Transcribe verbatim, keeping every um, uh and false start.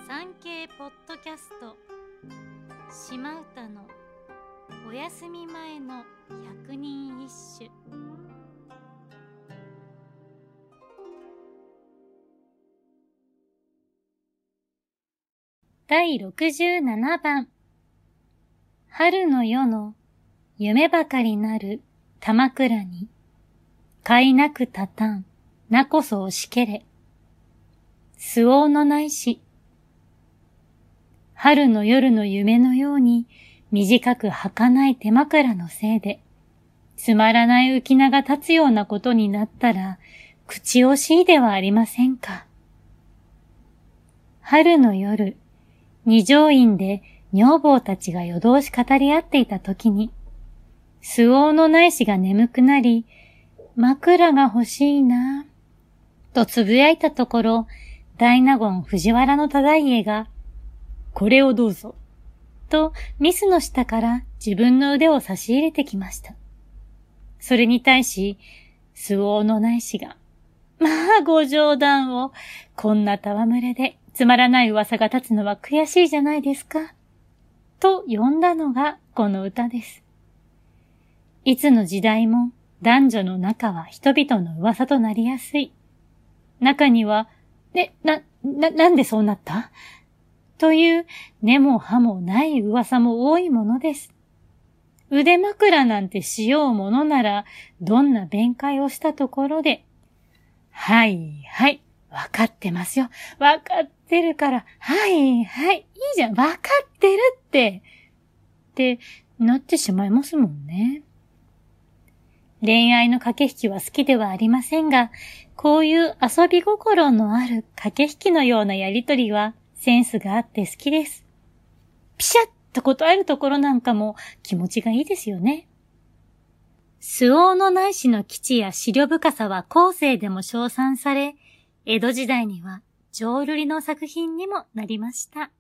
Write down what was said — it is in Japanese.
産経ポッドキャスト島唄のお休み前の百人一首。だいろくじゅうななばん。春の夜の夢ばかりなる玉倉に、かいなくたたんなこそ押しけれ。周防のないし。春の夜の夢のように短く儚い手枕のせいで、つまらない浮き名が立つようなことになったら、口惜しいではありませんか。春の夜、二条院で女房たちが夜通し語り合っていたときに、周防のないしが眠くなり、枕が欲しいな、とつぶやいたところ、大納言藤原の忠家が、これをどうぞ、とミスの下から自分の腕を差し入れてきました。それに対し、周防のないしが、まあご冗談を、こんな戯れでつまらない噂が立つのは悔しいじゃないですか、と呼んだのがこの歌です。いつの時代も男女の仲は人々の噂となりやすい。中には、ね、な、な、なんでそうなったという根も葉もない噂も多いものです。腕枕なんてしようものなら、どんな弁解をしたところで、はいはい、わかってますよ。わかってるから、はいはい、いいじゃん、わかってるって、ってなってしまいますもんね。恋愛の駆け引きは好きではありませんが、こういう遊び心のある駆け引きのようなやりとりはセンスがあって好きです。ピシャッと答えるところなんかも気持ちがいいですよね。周防のないしの基地や思慮深さは後世でも称賛され、江戸時代には浄瑠璃の作品にもなりました。